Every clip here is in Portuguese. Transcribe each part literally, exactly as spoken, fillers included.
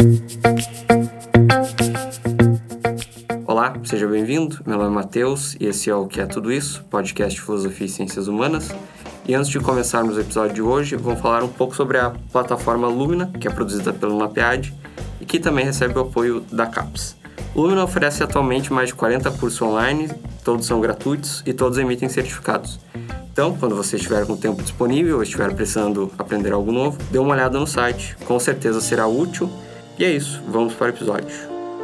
Olá, seja bem-vindo. Meu nome é Matheus e esse é o Que é Tudo Isso, podcast de Filosofia e Ciências Humanas. E antes de começarmos o episódio de hoje, vamos falar um pouco sobre a plataforma Lumina, que é produzida pelo NAPEAD e que também recebe o apoio da CAPES. O Lumina oferece atualmente mais de quarenta cursos online, todos são gratuitos e todos emitem certificados. Então, quando você estiver com tempo disponível ou estiver precisando aprender algo novo, dê uma olhada no site, com certeza será útil. E é isso, vamos para o episódio.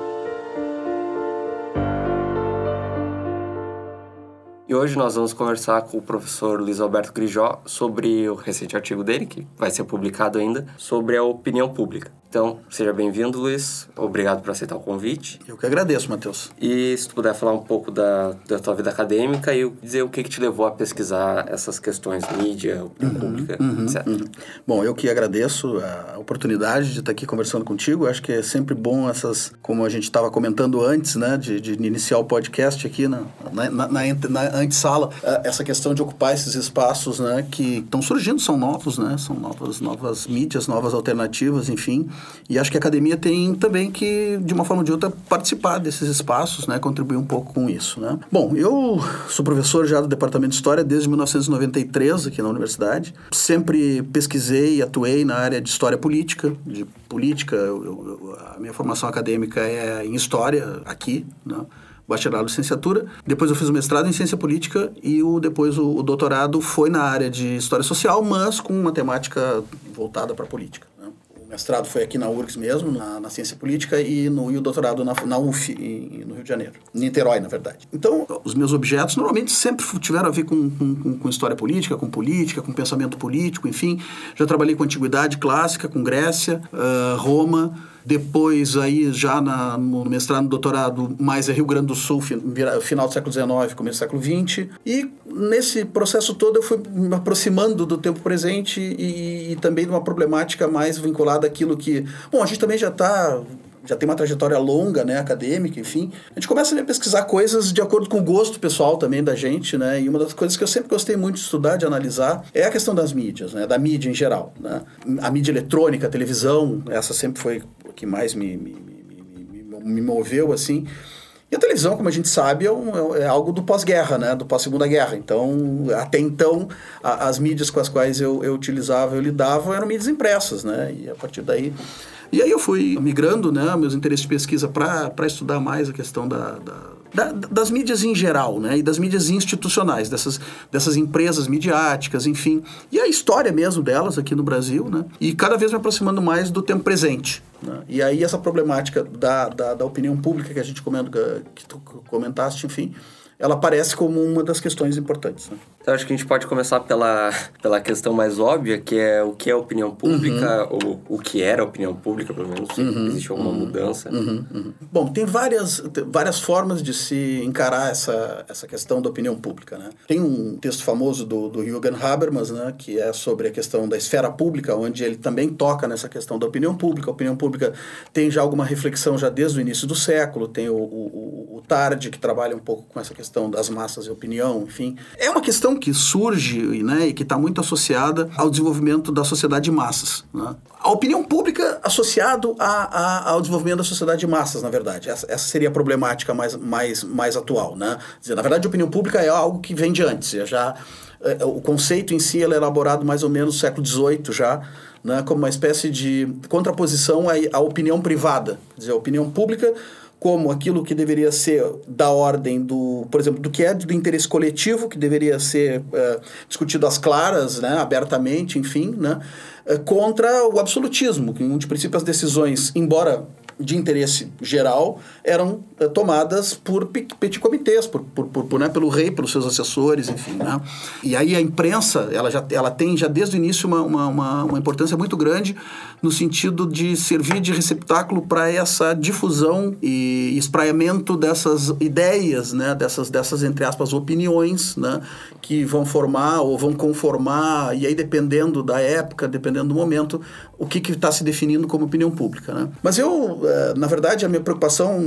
E hoje nós vamos conversar com o professor Luiz Alberto Grijó sobre o recente artigo dele, que vai ser publicado ainda, sobre a opinião pública. Então, seja bem-vindo, Luiz. Obrigado por aceitar o convite. Eu que agradeço, Matheus. E se tu puder falar um pouco da, da tua vida acadêmica e dizer o que, que te levou a pesquisar essas questões, mídia, opinião uhum, pública, uhum, etcétera. Uhum. Bom, eu que agradeço a oportunidade de estar aqui conversando contigo. Acho que é sempre bom essas, como a gente estava comentando antes, né, de, de iniciar o podcast aqui na, na, na, na, na antessala, essa questão de ocupar esses espaços, né, que estão surgindo, são novos, né, são novas, novas mídias, novas alternativas, enfim. E acho que a academia tem também que, de uma forma ou de outra, participar desses espaços, né? Contribuir um pouco com isso, né? Bom, eu sou professor já do Departamento de História desde mil novecentos e noventa e três aqui na universidade. Sempre pesquisei e atuei na área de História Política. De política, eu, eu, a minha formação acadêmica é em História aqui, né? Bacharelado e licenciatura. Depois eu fiz o mestrado em Ciência Política e o, depois o, o doutorado foi na área de História Social, mas com uma temática voltada para a política. O mestrado foi aqui na U R G S mesmo, na, na Ciência Política, e, no, e o doutorado na, na U F, em, no Rio de Janeiro. Em Niterói, na verdade. Então, os meus objetos normalmente sempre tiveram a ver com, com, com história política, com política, com pensamento político, enfim. Já trabalhei com Antiguidade Clássica, com Grécia, uh, Roma. Depois, aí, já na, no mestrado, no doutorado, mais é Rio Grande do Sul, final do século dezenove, começo do século vinte. E nesse processo todo eu fui me aproximando do tempo presente e, e também de uma problemática mais vinculada àquilo que... Bom, a gente também já está... já tem uma trajetória longa, né, acadêmica, enfim. A gente começa a pesquisar coisas de acordo com o gosto pessoal também da gente, né, e uma das coisas que eu sempre gostei muito de estudar, de analisar, é a questão das mídias, né, da mídia em geral, né. A mídia eletrônica, a televisão, essa sempre foi o que mais me, me, me, me, me moveu, assim. E a televisão, como a gente sabe, é, um, é algo do pós-guerra, né, do pós-segunda guerra. Então, até então, a, as mídias com as quais eu, eu utilizava, eu lidava, eram mídias impressas, né, e a partir daí... E aí eu fui migrando, né, meus interesses de pesquisa para estudar mais a questão da, da, da, das mídias em geral, né, e das mídias institucionais, dessas, dessas empresas midiáticas, enfim. E a história mesmo delas aqui no Brasil, né, e cada vez me aproximando mais do tempo presente. Né? E aí essa problemática da, da, da opinião pública que a gente comenta, que tu comentaste, enfim, ela aparece como uma das questões importantes. Né? Então, acho que a gente pode começar pela, pela questão mais óbvia, que é o que é opinião pública, uhum. ou o que era opinião pública, pelo menos, se uhum. existe alguma uhum. mudança. Uhum. Uhum. Bom, tem várias, várias formas de se encarar essa, essa questão da opinião pública. Né? Tem um texto famoso do, do Jürgen Habermas, né, que é sobre a questão da esfera pública, onde ele também toca nessa questão da opinião pública. A opinião pública tem já alguma reflexão já desde o início do século, tem o, o, o Tarde, que trabalha um pouco com essa questão das massas e opinião, enfim. É uma questão que surge, né, e que está muito associada ao desenvolvimento da sociedade de massas. Né? A opinião pública associado a, a, ao desenvolvimento da sociedade de massas, na verdade. Essa, essa seria a problemática mais, mais, mais atual. Né? Quer dizer, na verdade, a opinião pública é algo que vem de antes. Já, é, o conceito em si ele é elaborado mais ou menos no século dezoito já, né, como uma espécie de contraposição à, à opinião privada. Quer dizer, a opinião pública como aquilo que deveria ser da ordem do, por exemplo, do que é do interesse coletivo, que deveria ser uh, discutido às claras, né, abertamente, enfim, né, uh, contra o absolutismo, que, onde, princípio, as decisões, embora de interesse geral, eram uh, tomadas por petit comitês, por, por, por, por, né, pelo rei, pelos seus assessores, enfim. Né? E aí a imprensa, ela, já, ela tem já desde o início uma, uma, uma, uma importância muito grande no sentido de servir de receptáculo para essa difusão e espraiamento dessas ideias, né, dessas, dessas, entre aspas, opiniões, né, que vão formar ou vão conformar, e aí dependendo da época, dependendo do momento, o que está se definindo como opinião pública. Né? Mas eu, na verdade, a minha preocupação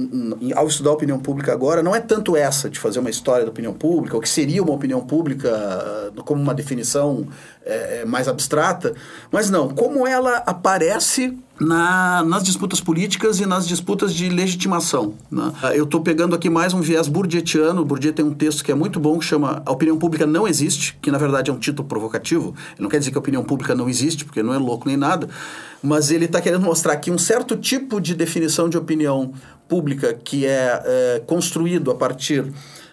ao estudar a opinião pública agora não é tanto essa de fazer uma história da opinião pública, o que seria uma opinião pública como uma definição é, mais abstrata, mas não, como ela aparece Na, nas disputas políticas e nas disputas de legitimação, né? Eu estou pegando aqui mais um viés bourdieuiano. O Bourdieu tem um texto que é muito bom, que chama A Opinião Pública Não Existe, que na verdade é um título provocativo. Ele não quer dizer que a opinião pública não existe, porque não é louco nem nada, mas ele está querendo mostrar que um certo tipo de definição de opinião pública que é, é construído a partir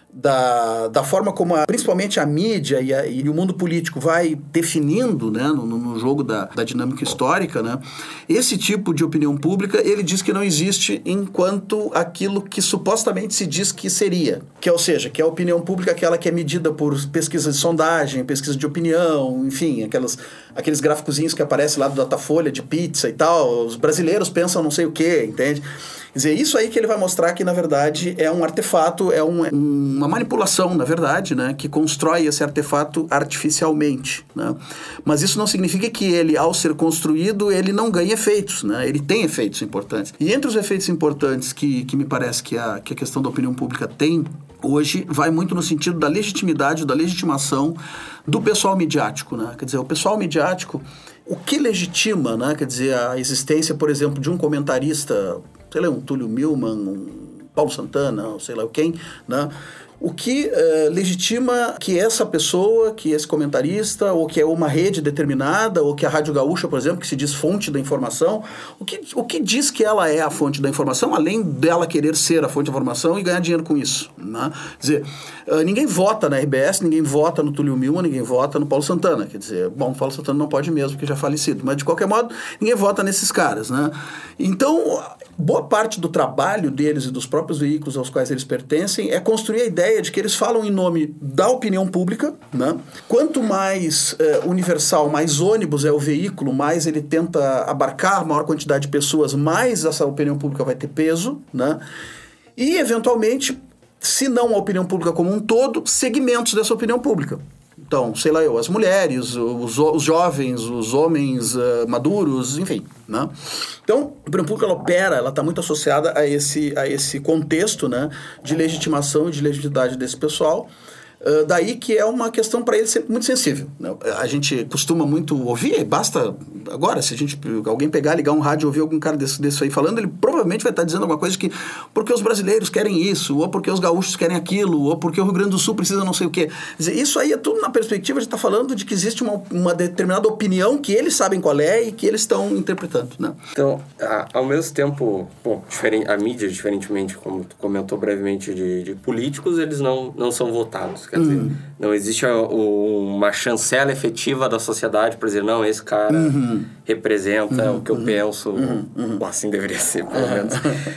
Da, da forma como a, principalmente a mídia e, a, e o mundo político vai definindo, né, no, no jogo da, da dinâmica histórica, né, esse tipo de opinião pública, ele diz que não existe enquanto aquilo que supostamente se diz que seria. Que, ou seja, que a opinião pública é aquela que é medida por pesquisas de sondagem, pesquisa de opinião, enfim, aquelas, aqueles gráficozinhos que aparecem lá do Datafolha de pizza e tal. Os brasileiros pensam não sei o quê, entende? Quer dizer, isso aí que ele vai mostrar que, na verdade, é um artefato, é um, uma manipulação, na verdade, né, que constrói esse artefato artificialmente, né? Mas isso não significa que ele, ao ser construído, ele não ganhe efeitos, né? Ele tem efeitos importantes. E entre os efeitos importantes que, que me parece que a, que a questão da opinião pública tem hoje, vai muito no sentido da legitimidade, da legitimação do pessoal midiático, né? Quer dizer, o pessoal midiático, o que legitima, né, quer dizer, a existência, por exemplo, de um comentarista, sei lá, um Túlio Milman, um Paulo Santana, sei lá quem, né? O que uh, legitima que essa pessoa, que esse comentarista, ou que é uma rede determinada, ou que a Rádio Gaúcha, por exemplo, que se diz fonte da informação, o que, o que diz que ela é a fonte da informação, além dela querer ser a fonte da informação e ganhar dinheiro com isso, né? Quer dizer, uh, ninguém vota na R B S, ninguém vota no Túlio Milman, ninguém vota no Paulo Santana. Quer dizer, bom, o Paulo Santana não pode mesmo, porque já é falecido, mas de qualquer modo, ninguém vota nesses caras, né? Então, boa parte do trabalho deles e dos próprios veículos aos quais eles pertencem é construir a ideia de que eles falam em nome da opinião pública, né? Quanto mais eh, universal, mais ônibus é o veículo, mais ele tenta abarcar a maior quantidade de pessoas, mais essa opinião pública vai ter peso, né? E, eventualmente, se não a opinião pública como um todo, segmentos dessa opinião pública. Então, sei lá eu, as mulheres, os, os jovens, os homens uh, maduros, enfim, né? Então, a opinião pública, ela opera, ela está muito associada a esse, a esse contexto, né, de legitimação e de legitimidade desse pessoal. Uh, daí que é uma questão para ele ser muito sensível, né? A gente costuma muito ouvir, basta agora, se a gente, alguém pegar, ligar um rádio e ouvir algum cara desse, desse aí falando, ele provavelmente vai estar dizendo alguma coisa de que porque os brasileiros querem isso, ou porque os gaúchos querem aquilo, ou porque o Rio Grande do Sul precisa não sei o quê. Quer dizer, isso aí é tudo na perspectiva de estar falando de que existe uma, uma determinada opinião que eles sabem qual é e que eles estão interpretando, né? Então, a, ao mesmo tempo, bom, diferente, a mídia, diferentemente, como tu comentou brevemente, de, de políticos, eles não, não são votados. Quer dizer, uhum. não existe a, o, uma chancela efetiva da sociedade para dizer, não, esse cara uhum. representa uhum. o que eu uhum. penso, uhum. Uhum. ou assim deveria ser, pelo menos.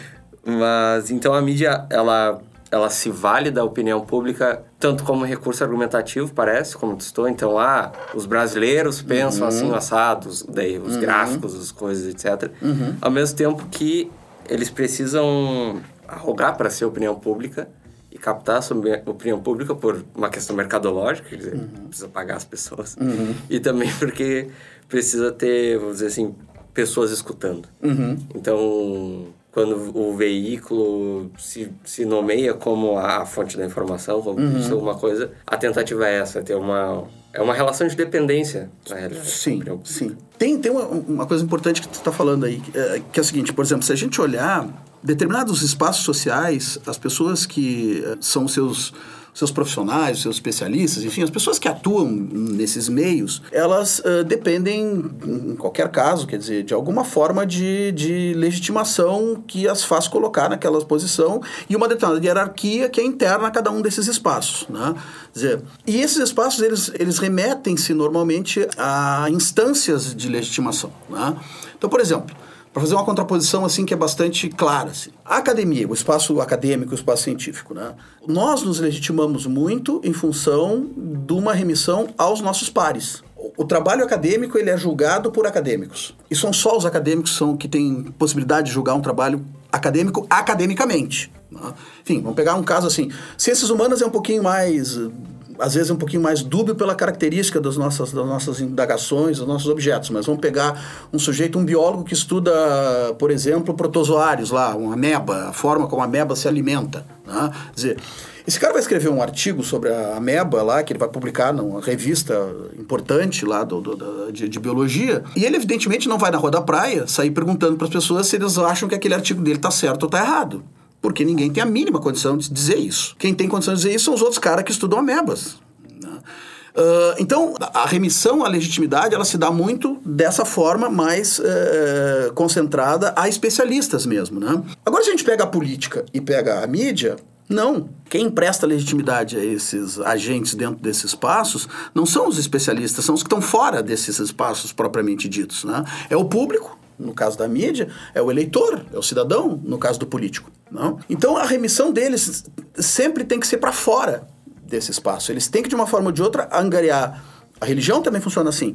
Mas, então, a mídia, ela, ela se vale da opinião pública tanto como recurso argumentativo, parece, como tu estou. Então, ah, os brasileiros pensam uhum. assim, assados, daí os uhum. gráficos, as coisas, etcétera. Uhum. Ao mesmo tempo que eles precisam arrogar para ser opinião pública e captar a opinião pública por uma questão mercadológica, quer dizer, uhum. precisa pagar as pessoas. Uhum. E também porque precisa ter, vamos dizer assim, pessoas escutando. Uhum. Então, quando o veículo se, se nomeia como a fonte da informação, como uhum. alguma coisa, a tentativa é essa, ter uma... É uma relação de dependência, na realidade. Sim, sim. Tem, tem uma, uma coisa importante que tu está falando aí, que é, que é o seguinte, por exemplo, se a gente olhar determinados espaços sociais, as pessoas que são seus, seus profissionais, seus especialistas, enfim, as pessoas que atuam nesses meios, elas uh, dependem, em qualquer caso, quer dizer, de alguma forma de, de legitimação que as faz colocar naquela posição e uma determinada hierarquia que é interna a cada um desses espaços, né? Quer dizer, e esses espaços, eles, eles remetem-se normalmente a instâncias de legitimação, né? Então, por exemplo, para fazer uma contraposição assim que é bastante clara, assim, a academia, o espaço acadêmico, o espaço científico, né? Nós nos legitimamos muito em função de uma remissão aos nossos pares. O trabalho acadêmico, ele é julgado por acadêmicos. E são só os acadêmicos que, são, que têm possibilidade de julgar um trabalho acadêmico academicamente, né? Enfim, vamos pegar um caso assim. Ciências humanas é um pouquinho mais... às vezes é um pouquinho mais dúbio pela característica das nossas, das nossas indagações, dos nossos objetos, mas vamos pegar um sujeito, um biólogo que estuda, por exemplo, protozoários lá, uma ameba, a forma como a ameba se alimenta, né? Quer dizer, Esse cara vai escrever um artigo sobre a ameba lá, que ele vai publicar numa revista importante lá do, do, de, de biologia, e ele evidentemente não vai na rua da praia sair perguntando para as pessoas se eles acham que aquele artigo dele está certo ou está errado. Porque ninguém tem a mínima condição de dizer isso. Quem tem condição de dizer isso são os outros caras que estudam amebas. Uh, então, a remissão à legitimidade, ela se dá muito dessa forma mais uh, concentrada a especialistas mesmo, né? Agora, se a gente pega a política e pega a mídia, não. Quem empresta legitimidade a esses agentes dentro desses espaços não são os especialistas, são os que estão fora desses espaços propriamente ditos, né? É o público, no caso da mídia, é o eleitor, é o cidadão, no caso do político, não? Então, a remissão deles sempre tem que ser para fora desse espaço. Eles têm que, de uma forma ou de outra, angariar. A religião também funciona assim.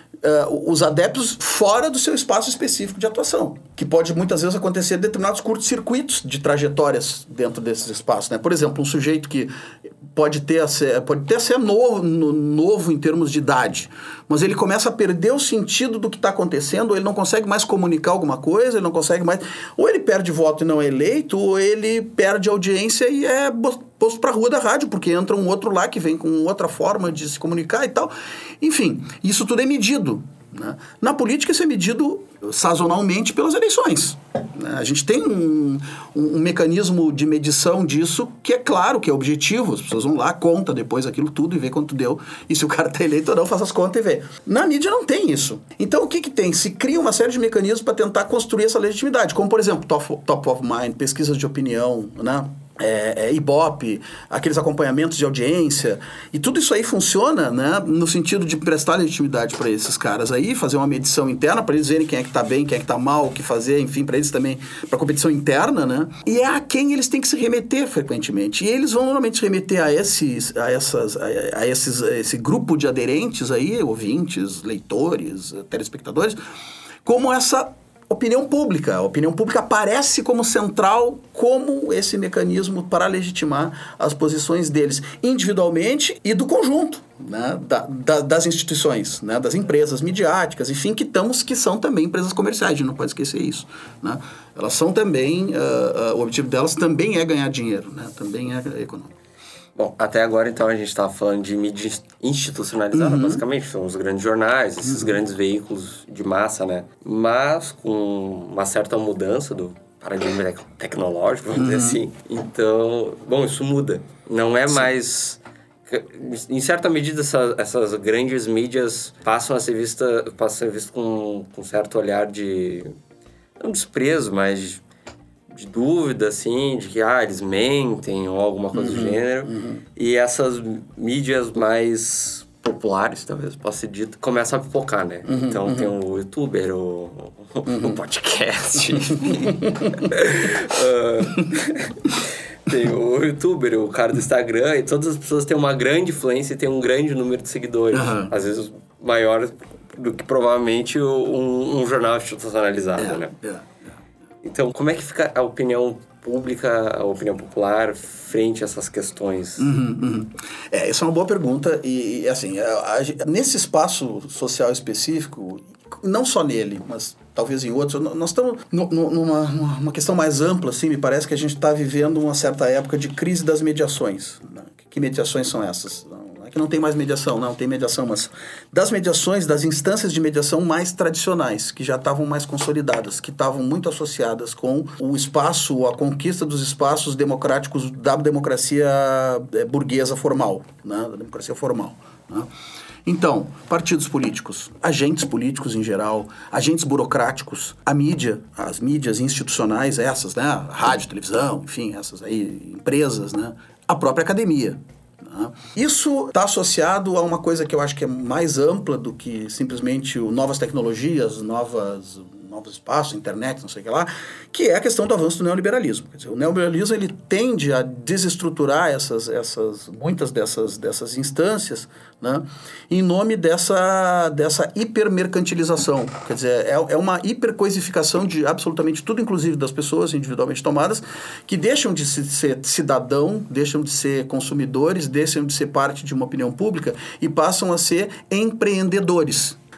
Uh, os adeptos fora do seu espaço específico de atuação, que pode muitas vezes acontecer em determinados curtos-circuitos de trajetórias dentro desses espaços, né? Por exemplo, um sujeito que pode ter a ser, pode ter a ser novo, no, novo em termos de idade, mas ele começa a perder o sentido do que está acontecendo, ou ele não consegue mais comunicar alguma coisa, ele não consegue mais... Ou ele perde voto e não é eleito, ou ele perde audiência e é posto para a rua da rádio, porque entra um outro lá que vem com outra forma de se comunicar e tal. Enfim, isso tudo é medido, né? Na política isso é medido sazonalmente pelas eleições, né? A gente tem um, um, um mecanismo de medição disso que é claro, que é objetivo. As pessoas vão lá, conta depois aquilo tudo e vê quanto deu. E se o cara está eleito ou não, faz as contas e vê. Na mídia não tem isso. Então o que que tem? Se cria uma série de mecanismos para tentar construir essa legitimidade, como por exemplo, top, top of mind, pesquisas de opinião, né? É, é, Ibope, aqueles acompanhamentos de audiência, e tudo isso aí funciona, né, no sentido de prestar legitimidade para esses caras aí, fazer uma medição interna para eles verem quem é que tá bem, quem é que tá mal, o que fazer, enfim, para eles também, para competição interna, né, e é a quem eles têm que se remeter frequentemente, e eles vão normalmente se remeter a esses, a essas, a, a esses, a esse grupo de aderentes aí, ouvintes, leitores, telespectadores, como essa opinião pública. A opinião pública aparece como central, como esse mecanismo para legitimar as posições deles, individualmente e do conjunto, né, da, da, das instituições, né, das empresas midiáticas, enfim, que, estamos, que são também empresas comerciais, a gente não pode esquecer isso, né? Elas são também, uh, uh, o objetivo delas também é ganhar dinheiro, né, também é econômico. Bom, até agora, então, a gente estava falando de mídia institucionalizada, uhum. basicamente. São os grandes jornais, esses uhum. grandes veículos de massa, né? Mas com uma certa mudança do paradigma tec- tecnológico, vamos uhum. dizer assim. Então, bom, isso muda. Não é Sim. mais... Em certa medida, essa, essas grandes mídias passam a ser vistas passam a ser vista com, com um certo olhar de... não desprezo, mas... de dúvida, assim, de que, ah, eles mentem ou alguma coisa uhum, do gênero. Uhum. E essas mídias mais populares, talvez possa ser dito, começam a pipocar, né? Uhum, então, uhum. tem o youtuber, o, uhum. o podcast, uh, tem o youtuber, o cara do Instagram, e todas as pessoas têm uma grande influência e têm um grande número de seguidores. Uhum. Às vezes, maior do que, provavelmente, um, um jornal institucionalizado, yeah, né? Yeah. Então, como é que fica a opinião pública, a opinião popular frente a essas questões? Uhum, uhum. É, essa é uma boa pergunta. E, assim, a, a, nesse espaço social específico, não só nele, mas talvez em outros, nós estamos no, no, numa uma questão mais ampla, assim, me parece que a gente está vivendo uma certa época de crise das mediações, né? Que mediações são essas? Que não tem mais mediação, não, tem mediação, mas das mediações, das instâncias de mediação mais tradicionais, que já estavam mais consolidadas, que estavam muito associadas com o espaço, a conquista dos espaços democráticos da democracia é, burguesa formal, né, da democracia formal, né? Então, partidos políticos, agentes políticos em geral, agentes burocráticos, a mídia, as mídias institucionais, essas, né, rádio, televisão, enfim, essas aí, empresas, né, a própria academia. Isso está associado a uma coisa que eu acho que é mais ampla do que simplesmente o, novas tecnologias, novas, novos espaços, internet, não sei o que lá, que é a questão do avanço do neoliberalismo. Quer dizer, o neoliberalismo ele tende a desestruturar essas, essas, muitas dessas, dessas instâncias, né, em nome dessa, dessa hipermercantilização. Quer dizer, é, é uma hipercoisificação de absolutamente tudo, inclusive das pessoas individualmente tomadas, que deixam de ser cidadão, deixam de ser consumidores, deixam de ser parte de uma opinião pública e passam a ser empreendedores.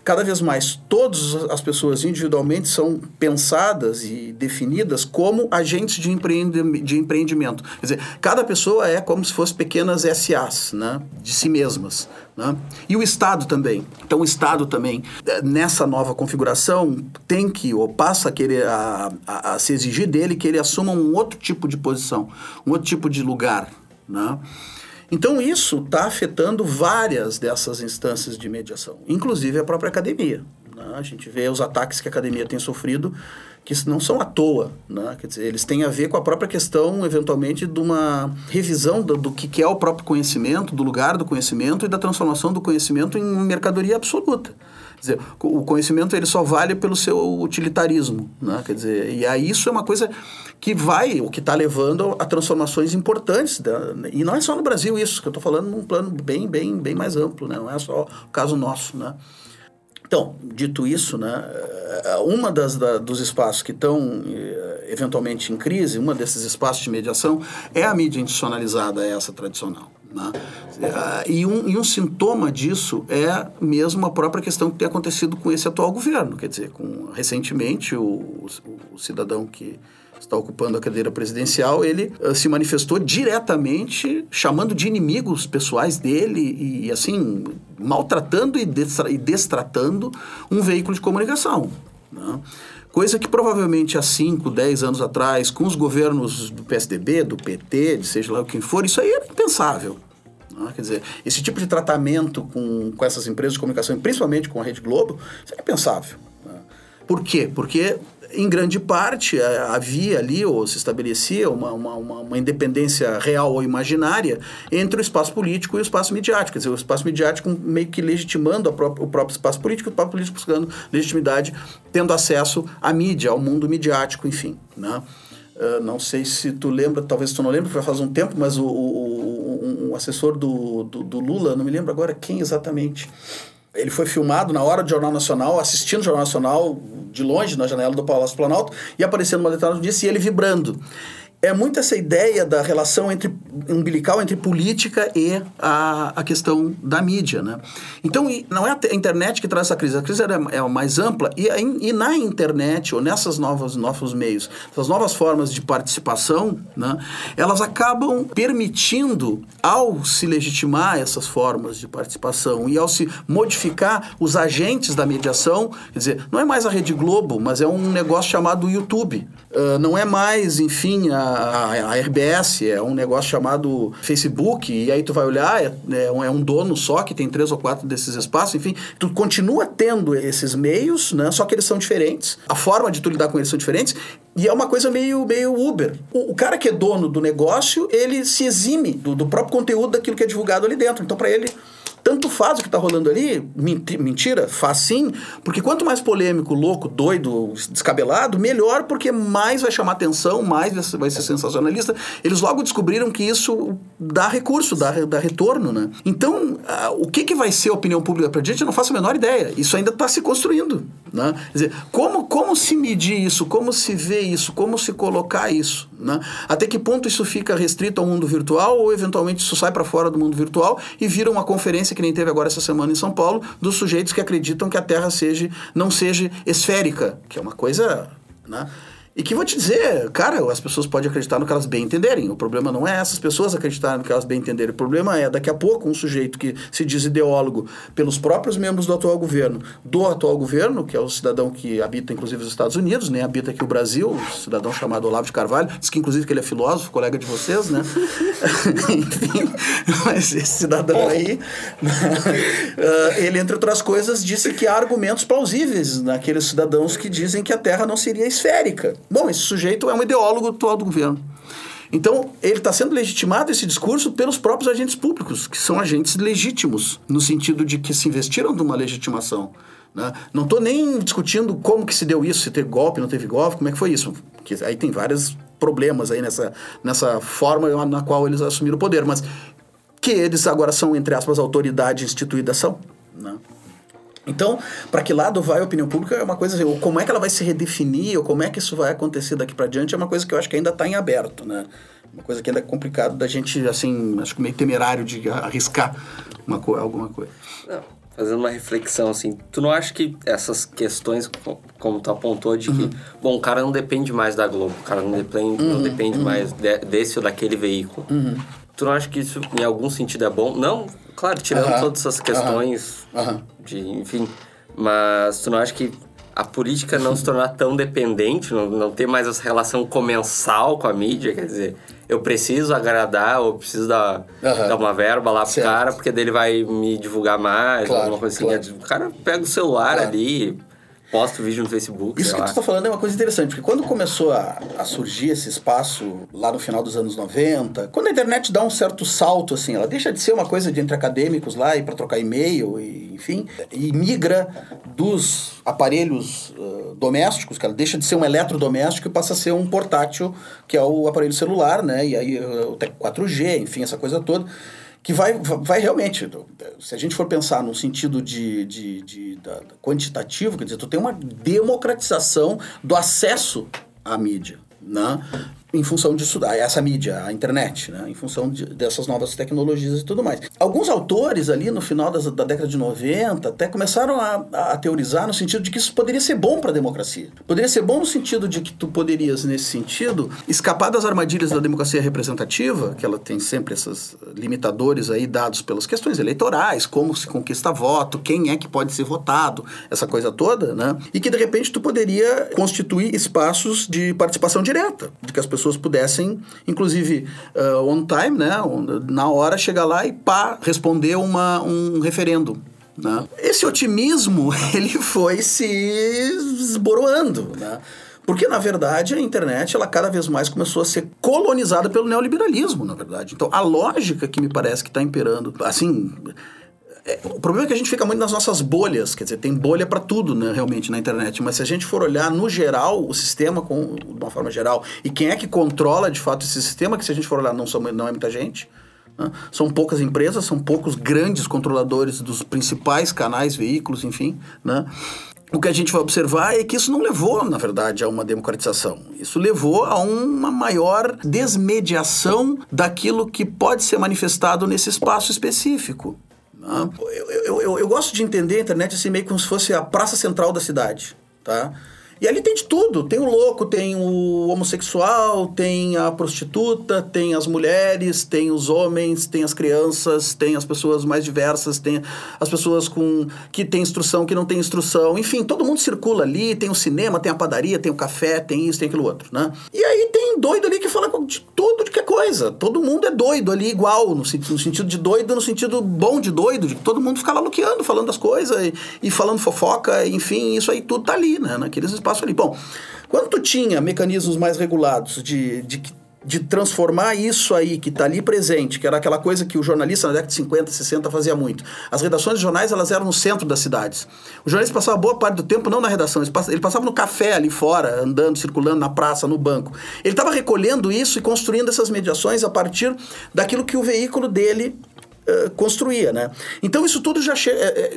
cada vez mais todas as pessoas individualmente são pensadas e definidas como agentes de, empreende, de empreendimento. Quer dizer, cada pessoa é como se fosse pequenas S As, né, de si mesmas. Né? E o Estado também. Então, o Estado também, nessa nova configuração, tem que, ou passa a querer, a, a, a se exigir dele que ele assuma um outro tipo de posição, um outro tipo de lugar, né? Então, isso está afetando várias dessas instâncias de mediação, inclusive a própria academia. Né? A gente vê os ataques que a academia tem sofrido, que não são à toa, né? Quer dizer, eles têm a ver com a própria questão, eventualmente, de uma revisão do, do que é o próprio conhecimento, do lugar do conhecimento e da transformação do conhecimento em mercadoria absoluta. Quer dizer, o conhecimento ele só vale pelo seu utilitarismo, né? Quer dizer, e aí isso é uma coisa que vai, o que está levando a transformações importantes, da, e não é só no Brasil isso, que eu estou falando num plano bem, bem, bem mais amplo, né? Não é só o caso nosso, né? Então, dito isso, né, uma das da, dos espaços que estão eventualmente em crise, uma desses espaços de mediação é a mídia institucionalizada, essa tradicional. Né? E, um, e um sintoma disso é mesmo a própria questão que tem acontecido com esse atual governo. Quer dizer, com, recentemente o, o, o cidadão que está ocupando a cadeira presidencial, ele uh, se manifestou diretamente chamando de inimigos pessoais dele e, assim, maltratando e, destra- e destratando um veículo de comunicação. Né? Coisa que provavelmente há cinco, dez anos atrás, com os governos do P S D B, do P T, de seja lá o que for, isso aí era impensável. Né? Quer dizer, esse tipo de tratamento com, com essas empresas de comunicação, principalmente com a Rede Globo, isso é impensável. Né? Por quê? Porque em grande parte, havia ali, ou se estabelecia, uma, uma, uma independência real ou imaginária entre o espaço político e o espaço midiático. Quer dizer, o espaço midiático meio que legitimando a própria, o próprio espaço político, e o próprio político buscando legitimidade, tendo acesso à mídia, ao mundo midiático, enfim. Né? Uh, não sei se tu lembra, talvez tu não lembra, porque faz um tempo, mas o, o, o, um assessor do, do, do Lula, não me lembro agora quem exatamente... Ele foi filmado na hora do Jornal Nacional, assistindo o Jornal Nacional de longe, na janela do Palácio Planalto, e aparecendo uma determinada notícia e ele vibrando. É muito essa ideia da relação entre, umbilical entre política e a, a questão da mídia, né? Então, não é a internet que traz essa crise, a crise é, é mais ampla, e, e na internet, ou nessas novas, novos meios, essas novas formas de participação, né, elas acabam permitindo, ao se legitimar essas formas de participação e ao se modificar os agentes da mediação, quer dizer, não é mais a Rede Globo, mas é um negócio chamado YouTube. Uh, não é mais, enfim, a A, a R B S, é um negócio chamado Facebook, e aí tu vai olhar, é, é um dono só que tem três ou quatro desses espaços, enfim, tu continua tendo esses meios, né, só que eles são diferentes, a forma de tu lidar com eles são diferentes, e é uma coisa meio, meio Uber. O, o cara que é dono do negócio, ele se exime do, do próprio conteúdo daquilo que é divulgado ali dentro, então para ele... Tanto faz o que está rolando ali, mentira, faz sim, porque quanto mais polêmico, louco, doido, descabelado, melhor, porque mais vai chamar atenção, mais vai ser sensacionalista. Eles logo descobriram que isso dá recurso, dá, dá retorno, né? Então, a, o que, que vai ser a opinião pública para a gente, eu não faço a menor ideia. Isso ainda está se construindo, né? Quer dizer, como, como se medir isso, como se vê isso, como se colocar isso, né? Até que ponto isso fica restrito ao mundo virtual ou, eventualmente, isso sai para fora do mundo virtual e vira uma conferência que nem teve agora essa semana em São Paulo, dos sujeitos que acreditam que a Terra seja, não seja esférica, que é uma coisa, né? E que vou te dizer, cara, as pessoas podem acreditar no que elas bem entenderem. O problema não é essas pessoas acreditarem no que elas bem entenderem. O problema é, daqui a pouco, um sujeito que se diz ideólogo pelos próprios membros do atual governo, do atual governo, que é o cidadão que habita, inclusive, os Estados Unidos, nem habita aqui o Brasil, um cidadão chamado Olavo de Carvalho, diz que, inclusive, que ele é filósofo, colega de vocês, né? Enfim, mas esse cidadão aí, ele, entre outras coisas, disse que há argumentos plausíveis naqueles cidadãos que dizem que a Terra não seria esférica. Bom, esse sujeito é um ideólogo atual do governo. Então, ele está sendo legitimado, esse discurso, pelos próprios agentes públicos, que são agentes legítimos, no sentido de que se investiram numa legitimação. Né? Não estou nem discutindo como que se deu isso, se teve golpe, não teve golpe, como é que foi isso. Porque aí tem vários problemas aí nessa, nessa forma na qual eles assumiram o poder, mas que eles agora são, entre aspas, autoridade instituída são, né? Então, para que lado vai a opinião pública é uma coisa assim, ou como é que ela vai se redefinir, ou como é que isso vai acontecer daqui para diante, é uma coisa que eu acho que ainda está em aberto, né? Uma coisa que ainda é complicado da gente, assim, acho que meio temerário de arriscar uma co- alguma coisa. Não, Fazendo uma reflexão, assim, tu não acha que essas questões, como tu apontou, de que, uhum. bom, o cara não depende mais da Globo, o cara não depende, uhum. não depende uhum. mais de, desse ou daquele veículo. Uhum. Tu não acha que isso, em algum sentido, é bom? Não, claro, tirando uhum. todas essas questões, uhum. de, enfim, mas tu não acha que a política não se tornar tão dependente, não, não ter mais essa relação comensal com a mídia, quer dizer... Eu preciso agradar, ou preciso dar, uhum. dar uma verba lá pro certo. cara, porque dele vai me divulgar mais, claro, alguma coisa assim. Claro. O cara pega o celular claro. ali, posta o vídeo no Facebook. Isso que lá. tu tá falando é uma coisa interessante, porque quando começou a, a surgir esse espaço lá no final dos anos noventa, quando a internet dá um certo salto, assim, ela deixa de ser uma coisa de entre acadêmicos lá e para trocar e-mail, e, enfim, e migra dos aparelhos uh, domésticos, que ela deixa de ser um eletrodoméstico e passa a ser um portátil, que é o aparelho celular, né? E aí o quatro G, enfim, essa coisa toda. Que vai, vai realmente, se a gente for pensar no sentido de, de, de, de, de quantitativo, quer dizer, tu tem uma democratização do acesso à mídia, né? Em função disso, essa mídia, a internet, né? Em função de, dessas novas tecnologias e tudo mais. Alguns autores ali no final das, da década de noventa até começaram a, a teorizar no sentido de que isso poderia ser bom para a democracia. Poderia ser bom no sentido de que tu poderias, nesse sentido, escapar das armadilhas da democracia representativa, que ela tem sempre esses limitadores aí dados pelas questões eleitorais, como se conquista voto, quem é que pode ser votado, essa coisa toda, né? E que, de repente, tu poderia constituir espaços de participação direta, de que as pessoas pudessem, inclusive uh, on time, né, na hora, chegar lá e pá, responder uma, um referendo. Né? Esse otimismo, ele foi se esboroando, né? Porque, na verdade, a internet, ela cada vez mais começou a ser colonizada pelo neoliberalismo, na verdade. Então, a lógica que me parece que está imperando, assim... É, o problema é que a gente fica muito nas nossas bolhas, quer dizer, tem bolha para tudo, né, realmente, na internet, mas se a gente for olhar no geral, o sistema, com, de uma forma geral, e quem é que controla, de fato, esse sistema, que se a gente for olhar, não, são, não é muita gente, né? São poucas empresas, são poucos grandes controladores dos principais canais, veículos, enfim, né? O que a gente vai observar é que isso não levou, na verdade, a uma democratização. Isso levou a uma maior desmediação daquilo que pode ser manifestado nesse espaço específico. Eu, eu, eu, eu gosto de entender a internet assim meio como se fosse a praça central da cidade, tá? E ali tem de tudo, tem o louco, tem o homossexual, tem a prostituta, tem as mulheres, tem os homens, tem as crianças, tem as pessoas mais diversas, tem as pessoas com, que tem instrução, que não tem instrução, enfim, todo mundo circula ali, tem o cinema, tem a padaria, tem o café, tem isso, tem aquilo outro, né? E aí tem doido ali que fala de tudo, de que coisa, todo mundo é doido ali igual, no, no sentido de doido, no sentido bom de doido, de que todo mundo fica lá luqueando, falando das coisas e, e falando fofoca, enfim, isso aí tudo tá ali, né, naqueles espaço ali. Bom, quando tu tinha mecanismos mais regulados de, de, de transformar isso aí que está ali presente, que era aquela coisa que o jornalista na década de cinquenta, sessenta fazia muito. As redações de jornais, elas eram no centro das cidades. O jornalista passava boa parte do tempo não na redação, ele passava no café ali fora, andando, circulando na praça, no banco. Ele estava recolhendo isso e construindo essas mediações a partir daquilo que o veículo dele Uh, construía, né? Então isso tudo já, che-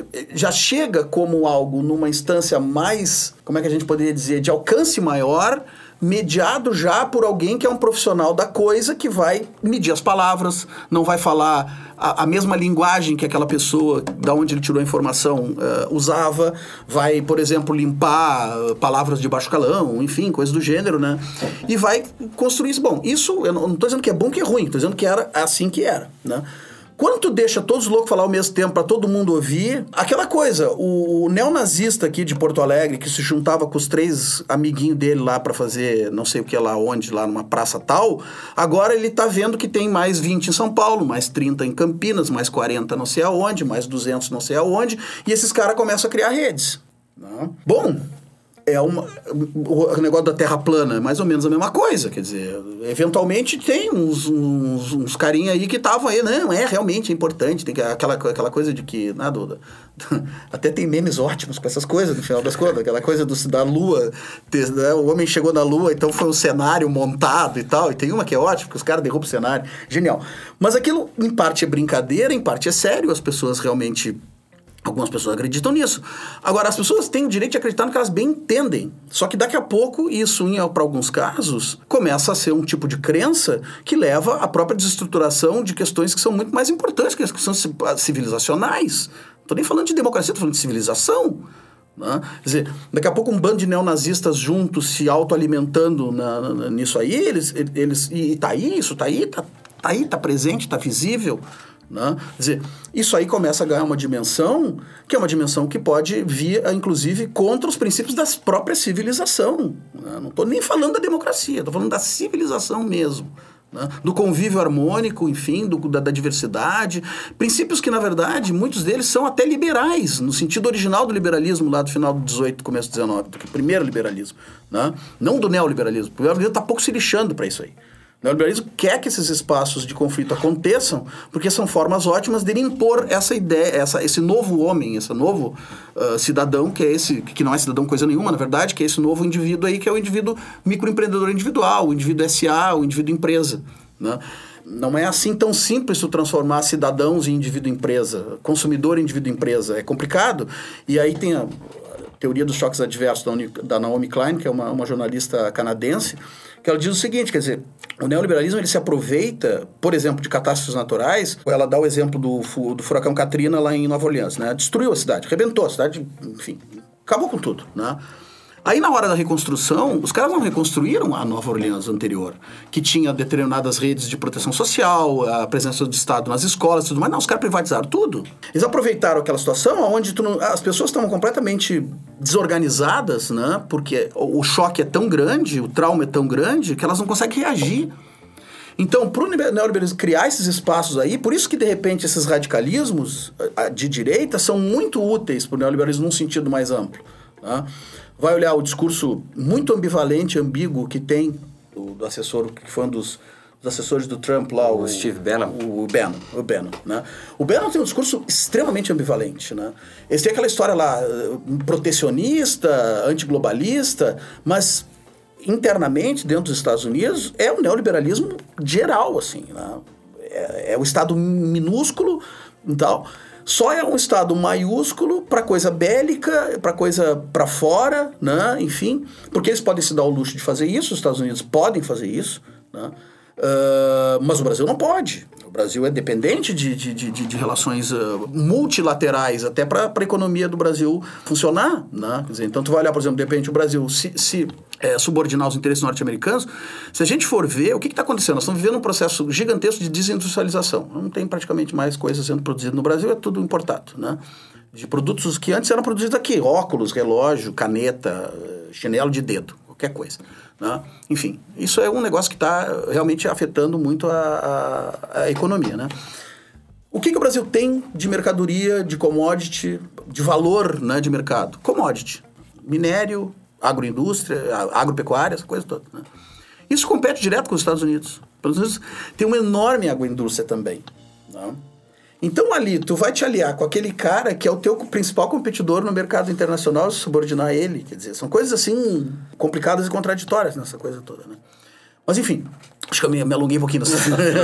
já chega como algo numa instância mais, como é que a gente poderia dizer, de alcance maior, mediado já por alguém que é um profissional da coisa, que vai medir as palavras, não vai falar a, a mesma linguagem que aquela pessoa, da onde ele tirou a informação, uh, usava, vai, por exemplo, limpar uh, palavras de baixo calão, enfim, coisas do gênero, né? E vai construir isso. Bom, isso, eu não estou dizendo que é bom que é ruim, estou dizendo que era assim que era, né? Quando tu deixa todos os loucos falar ao mesmo tempo para todo mundo ouvir, aquela coisa, o neonazista aqui de Porto Alegre, que se juntava com os três amiguinhos dele lá para fazer não sei o que lá onde, lá numa praça tal, agora ele tá vendo que tem mais vinte em São Paulo, mais trinta em Campinas, mais quarenta não sei aonde, mais duzentos não sei aonde, e esses caras começam a criar redes. Não? Bom... É uma, o negócio da terra plana é mais ou menos a mesma coisa, quer dizer, eventualmente tem uns, uns, uns carinha aí que estavam aí, não, é realmente importante, tem aquela, aquela coisa de que, na dúvida, até tem memes ótimos com essas coisas, no final das contas, aquela coisa do, da lua, né, o homem chegou na lua, então foi um cenário montado e tal, e tem uma que é ótima, que os caras derrubam o cenário, genial. Mas aquilo, em parte é brincadeira, em parte é sério, as pessoas realmente... Algumas pessoas acreditam nisso. Agora, as pessoas têm o direito de acreditar no que elas bem entendem. Só que daqui a pouco, isso, para alguns casos, começa a ser um tipo de crença que leva à própria desestruturação de questões que são muito mais importantes, que são civilizacionais. Estou nem falando de democracia, estou falando de civilização. Né? Quer dizer, daqui a pouco um bando de neonazistas juntos se autoalimentando na, na, nisso aí, eles, eles, e está aí, isso está aí, está tá aí, está presente, está visível. Né? Quer dizer, isso aí começa a ganhar uma dimensão, que é uma dimensão que pode vir, inclusive, contra os princípios da própria civilização. Né? Não estou nem falando da democracia, estou falando da civilização mesmo. Né? Do convívio harmônico, enfim, do, da, da diversidade. Princípios que, na verdade, muitos deles são até liberais, no sentido original do liberalismo, lá do final do dezoito, começo do dezenove, do primeiro liberalismo. Né? Não do neoliberalismo. O neoliberalismo está pouco se lixando para isso aí. O neoliberalismo quer que esses espaços de conflito aconteçam, porque são formas ótimas de impor essa ideia, essa, esse novo homem, esse novo uh, cidadão, que é esse, que não é cidadão coisa nenhuma, na verdade, que é esse novo indivíduo aí, que é o indivíduo microempreendedor individual, o indivíduo S A, o indivíduo empresa. Né? Não é assim tão simples tu transformar cidadãos em indivíduo empresa, consumidor em indivíduo empresa. É complicado. E aí tem a teoria dos choques adversos da, da Naomi Klein, que é uma, uma jornalista canadense, que ela diz o seguinte, quer dizer, o neoliberalismo ele se aproveita, por exemplo, de catástrofes naturais. Ela dá o exemplo do, do furacão Katrina lá em Nova Orleans, né? Destruiu a cidade, arrebentou a cidade, enfim, acabou com tudo, né? Aí, na hora da reconstrução, os caras não reconstruíram a Nova Orleans anterior, que tinha determinadas redes de proteção social, a presença do Estado nas escolas e tudo mais. Não, os caras privatizaram tudo. Eles aproveitaram aquela situação onde tu não, as pessoas estavam completamente desorganizadas, né? Porque o, o choque é tão grande, o trauma é tão grande, que elas não conseguem reagir. Então, para o neoliberalismo criar esses espaços aí, por isso que, de repente, esses radicalismos de direita são muito úteis para o neoliberalismo num sentido mais amplo, né? Vai olhar o discurso muito ambivalente, ambíguo que tem do, do assessor, que foi um dos, dos assessores do Trump lá, o, o Steve Bannon. O, o Bannon, o Bannon, né? O Bannon tem um discurso extremamente ambivalente, né? Eles têm aquela história lá, protecionista, antiglobalista, mas internamente, dentro dos Estados Unidos, é o neoliberalismo geral, assim, né? É, é o Estado minúsculo e tal. Só é um Estado maiúsculo para coisa bélica, para coisa para fora, né? Enfim, porque eles podem se dar o luxo de fazer isso, os Estados Unidos podem fazer isso, né? Uh, mas o Brasil não pode. O Brasil é dependente de, de, de, de relações uh, multilaterais até para a economia do Brasil funcionar, né? Quer dizer, então tu vai olhar, por exemplo, de repente o Brasil se, se é, subordinar os interesses norte-americanos. Se a gente for ver, o que está acontecendo? Nós estamos vivendo um processo gigantesco de desindustrialização. Não tem praticamente mais coisa sendo produzida no Brasil, é tudo importado, né? De produtos que antes eram produzidos aqui, óculos, relógio, caneta, chinelo de dedo, qualquer coisa, né? Enfim, isso é um negócio que está realmente afetando muito a, a, a economia, né? O que, que o Brasil tem de mercadoria, de commodity, de valor, né, de mercado? Commodity, minério, agroindústria, agropecuária, essa coisa toda, né? Isso compete direto com os Estados Unidos. Os Estados Unidos tem uma enorme agroindústria também, né? Então ali, tu vai te aliar com aquele cara que é o teu principal competidor no mercado internacional e subordinar ele. Quer dizer, são coisas assim complicadas e contraditórias nessa coisa toda, né? Mas enfim, acho que eu me, me alonguei um pouquinho nessa.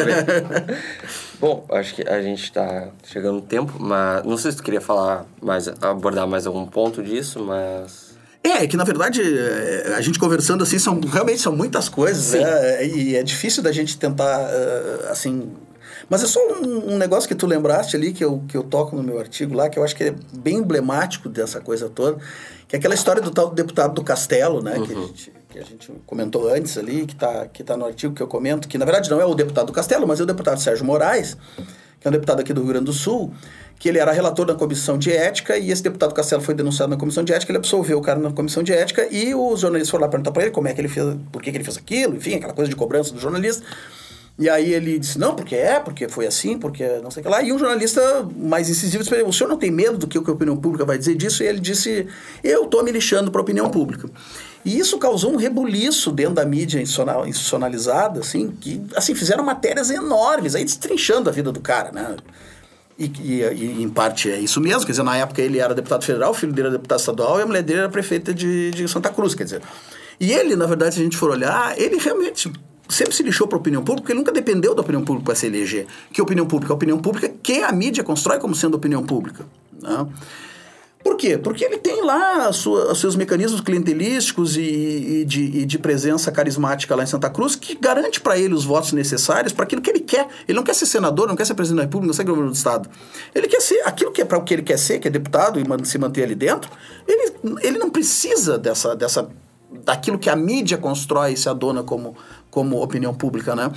Bom, acho que a gente está chegando no tempo, mas não sei se tu queria falar mais, abordar mais algum ponto disso, mas... É, é que na verdade, a gente conversando assim, são, realmente são muitas coisas, né? E é difícil da gente tentar, assim... Mas é só um, um negócio que tu lembraste ali, que eu, que eu toco no meu artigo lá, que eu acho que é bem emblemático dessa coisa toda, que é aquela história do tal deputado do Castelo, né? Uhum. Que, a gente, que a gente comentou antes ali, que está que tá no artigo que eu comento, que na verdade não é o deputado do Castelo, mas é o deputado Sérgio Moraes, que é um deputado aqui do Rio Grande do Sul, que ele era relator da Comissão de Ética, e esse deputado Castelo foi denunciado na Comissão de Ética, ele absolveu o cara na Comissão de Ética, e os jornalistas foram lá perguntar para ele como é que ele fez, por que, que ele fez aquilo, enfim, aquela coisa de cobrança do jornalista. E aí ele disse, não, porque é, porque foi assim, porque não sei o que lá. E um jornalista mais incisivo disse, o senhor não tem medo do que a opinião pública vai dizer disso? E ele disse, eu estou me lixando para a opinião pública. E isso causou um rebuliço dentro da mídia institucionalizada, assim, que assim, fizeram matérias enormes, aí destrinchando a vida do cara, né? E, e, e em parte é isso mesmo, quer dizer, na época ele era deputado federal, o filho dele era deputado estadual e a mulher dele era prefeita de, de Santa Cruz, quer dizer. E ele, na verdade, se a gente for olhar, ele realmente... sempre se lixou para a opinião pública, porque ele nunca dependeu da opinião pública para se eleger. Que opinião pública? A opinião pública que a mídia constrói como sendo opinião pública, né? Por quê? Porque ele tem lá sua, os seus mecanismos clientelísticos e, e, de, e de presença carismática lá em Santa Cruz que garante para ele os votos necessários para aquilo que ele quer. Ele não quer ser senador, não quer ser presidente da República, não quer ser governador do Estado. Ele quer ser aquilo que é para o que ele quer ser, que é deputado e se manter ali dentro. Ele, ele não precisa dessa, dessa, daquilo que a mídia constrói e se adona como, como opinião pública, né?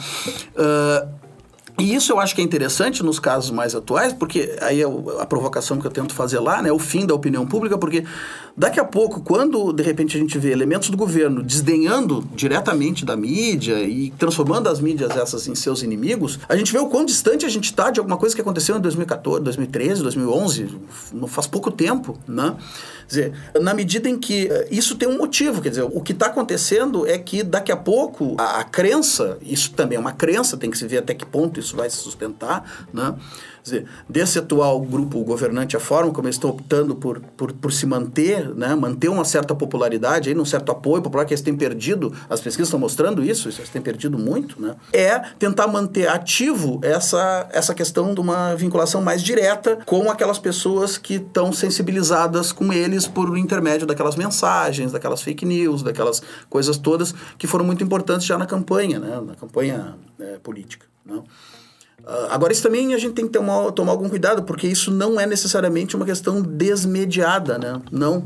Uh, E isso eu acho que é interessante nos casos mais atuais, porque aí é a provocação que eu tento fazer lá, né, o fim da opinião pública, porque daqui a pouco, quando de repente a gente vê elementos do governo desdenhando diretamente da mídia e transformando as mídias essas em seus inimigos, a gente vê o quão distante a gente está de alguma coisa que aconteceu em dois mil e quatorze, dois mil e treze, dois mil e onze, não faz pouco tempo, né? Quer dizer, na medida em que isso tem um motivo, quer dizer, o que está acontecendo é que daqui a pouco a, a crença, isso também é uma crença, tem que se ver até que ponto isso vai se sustentar, né? Quer dizer, desse atual grupo governante, a forma como eles estão optando por, por, por se manter, né? Manter uma certa popularidade, aí, um certo apoio popular que eles têm perdido, as pesquisas estão mostrando isso, eles têm perdido muito, né? É tentar manter ativo essa, essa questão de uma vinculação mais direta com aquelas pessoas que estão sensibilizadas com eles por intermédio daquelas mensagens, daquelas fake news, daquelas coisas todas que foram muito importantes já na campanha, né? Na campanha é, política, né? Uh, agora, isso também a gente tem que tomar, tomar algum cuidado, porque isso não é necessariamente uma questão desmediada, né? Não.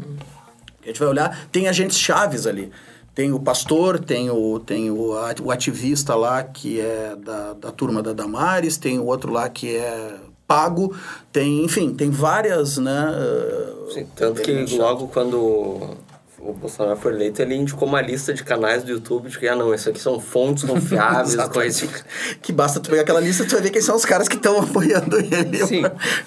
A gente vai olhar, tem agentes chaves ali. Tem o pastor, tem o, tem o, o ativista lá, que é da, da turma da Damares, tem o outro lá que é pago, tem, enfim, tem várias, né? Uh, Sim, tanto que logo quando o Bolsonaro foi eleito, ele indicou uma lista de canais do YouTube de que, ah, não, isso aqui são fontes confiáveis, coisas... Que basta tu pegar aquela lista e tu vai ver quem são os caras que estão apoiando ele. Sim.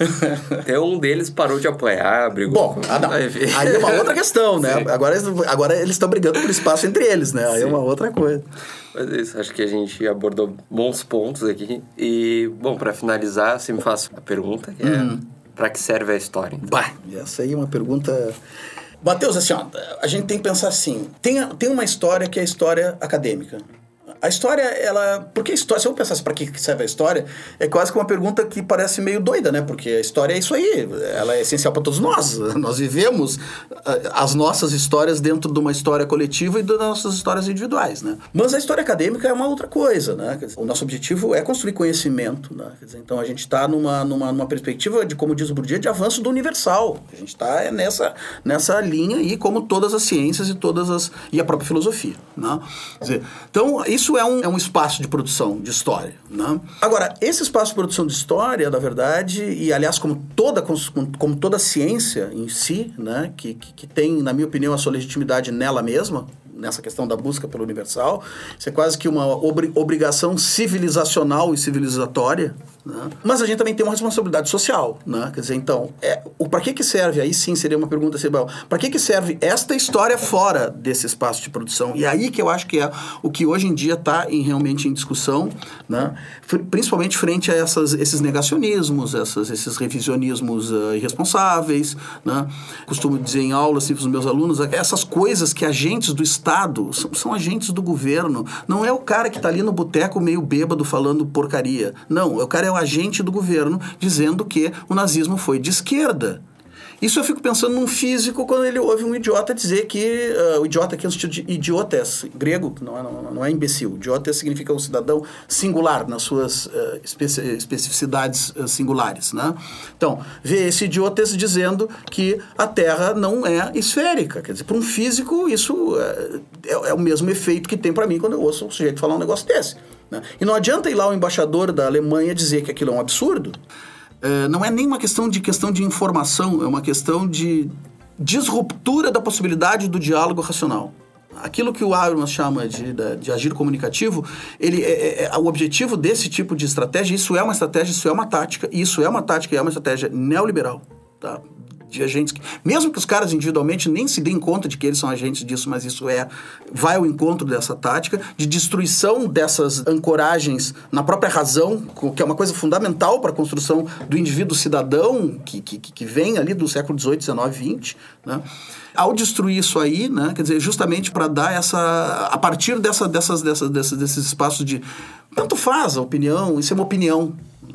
Até um deles parou de apoiar, brigou... Bom, ah, não. Aí é uma outra questão, né? Agora, agora eles estão brigando por espaço entre eles, né? Aí Sim. é uma outra coisa. Mas é isso, acho que a gente abordou bons pontos aqui. E, bom, para finalizar, você me faz a pergunta, que uhum. é, para que serve a história? Então? Bah, essa aí é uma pergunta... Mateus, assim, ó, a gente tem que pensar assim, tem, tem uma história que é a história acadêmica. A história, ela... Porque a história, se eu pensasse para que serve a história, é quase que uma pergunta que parece meio doida, né? Porque a história é isso aí, ela é essencial para todos nós. Nós vivemos as nossas histórias dentro de uma história coletiva e das nossas histórias individuais, né? Mas a história acadêmica é uma outra coisa, né? Quer dizer, o nosso objetivo é construir conhecimento, né? Quer dizer, então a gente está numa, numa, numa perspectiva de, como diz o Bourdieu, de avanço do universal. A gente está nessa, nessa linha aí, como todas as ciências e todas as... e a própria filosofia, né? Quer dizer, então, isso Isso é um, é um espaço de produção de história, né? Agora, esse espaço de produção de história, na verdade, e aliás, como toda, como toda ciência em si, né? Que, que, que tem, na minha opinião, a sua legitimidade nela mesma, nessa questão da busca pelo universal, isso é quase que uma obri- obrigação civilizacional e civilizatória, né? Mas a gente também tem uma responsabilidade social, né? Quer dizer, então, é, o para que que serve, aí sim seria uma pergunta assim, para que que serve esta história fora desse espaço de produção? E aí que eu acho que é o que hoje em dia está em, realmente em discussão, né? Principalmente frente a essas, esses negacionismos, essas, esses revisionismos uh, irresponsáveis, né? Costumo dizer em aula assim, para os meus alunos, essas coisas que agentes do Estado são, são agentes do governo. Não é o cara que está ali no boteco meio bêbado falando porcaria. Não, o cara é o agente do governo dizendo que o nazismo foi de esquerda. Isso eu fico pensando num físico quando ele ouve um idiota dizer que... Uh, o idiota aqui é um sentido de idiotes, grego, não é, não, não é imbecil. Idiotes significa um cidadão singular nas suas uh, especi- especificidades uh, singulares, né? Então, vê esse idiotes dizendo que a Terra não é esférica. Quer dizer, para um físico, isso uh, é, é o mesmo efeito que tem para mim quando eu ouço um sujeito falar um negócio desse, né? E não adianta ir lá o embaixador da Alemanha dizer que aquilo é um absurdo. Uh, não é nem uma questão de questão de informação, é uma questão de disruptura da possibilidade do diálogo racional. Aquilo que o Habermas chama de, de, de agir comunicativo, ele é, é, o objetivo desse tipo de estratégia, isso é uma estratégia, isso é uma tática, isso é uma tática e é uma estratégia neoliberal, tá? De agentes que, mesmo que os caras individualmente nem se deem conta de que eles são agentes disso, mas isso é, vai ao encontro dessa tática de destruição dessas ancoragens na própria razão, que é uma coisa fundamental para a construção do indivíduo cidadão que, que, que vem ali do século dezoito, dezenove, vinte, né? Ao destruir isso aí, né, quer dizer, justamente para dar essa, a partir dessa, dessas, dessas, desses, desses espaços de, tanto faz a opinião, isso é uma opinião, né?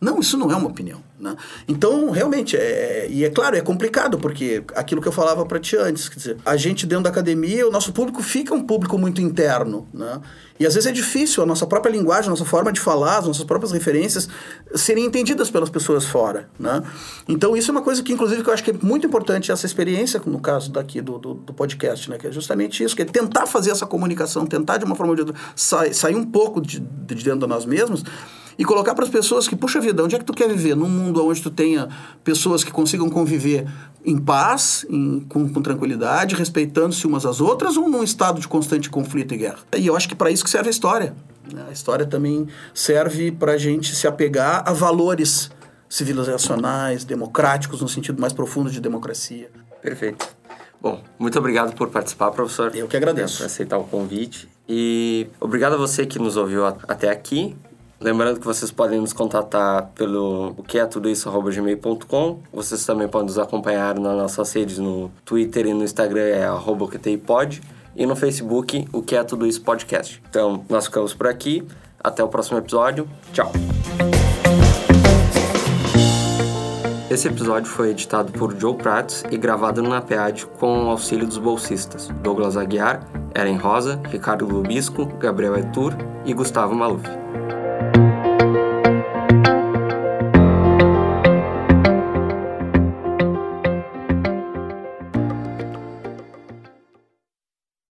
Não, isso não é uma opinião. Né? Então, realmente, é, e é claro, é complicado, porque aquilo que eu falava para ti antes, quer dizer, a gente dentro da academia, o nosso público fica um público muito interno, né? E às vezes é difícil a nossa própria linguagem, a nossa forma de falar, as nossas próprias referências serem entendidas pelas pessoas fora, né? Então, isso é uma coisa que, inclusive, que eu acho que é muito importante, essa experiência, no caso daqui do, do, do podcast, né? Que é justamente isso, que é tentar fazer essa comunicação, tentar de uma forma ou de outra sair, sair um pouco de, de dentro de nós mesmos, e colocar para as pessoas que, puxa vida, onde é que tu quer viver? Num mundo onde tu tenha pessoas que consigam conviver em paz, em, com, com tranquilidade, respeitando-se umas às outras, ou num estado de constante conflito e guerra? E eu acho que para isso que serve a história. Né? A história também serve para a gente se apegar a valores civilizacionais, democráticos, no sentido mais profundo de democracia. Perfeito. Bom, muito obrigado por participar, professor. Eu que agradeço. Por aceitar o convite. E obrigado a você que nos ouviu até aqui. Lembrando que vocês podem nos contatar pelo o que é tudo isso arroba gmail ponto com. Vocês também podem nos acompanhar nas nossas redes no Twitter e no Instagram, é arroba o que t i pod, e no Facebook, o que é tudo isso podcast. Então, nós ficamos por aqui. Até o próximo episódio. Tchau! Esse episódio foi editado por Joe Prats e gravado na P A D com o auxílio dos bolsistas Douglas Aguiar, Eren Rosa, Ricardo Lubisco, Gabriel Etur e Gustavo Maluf.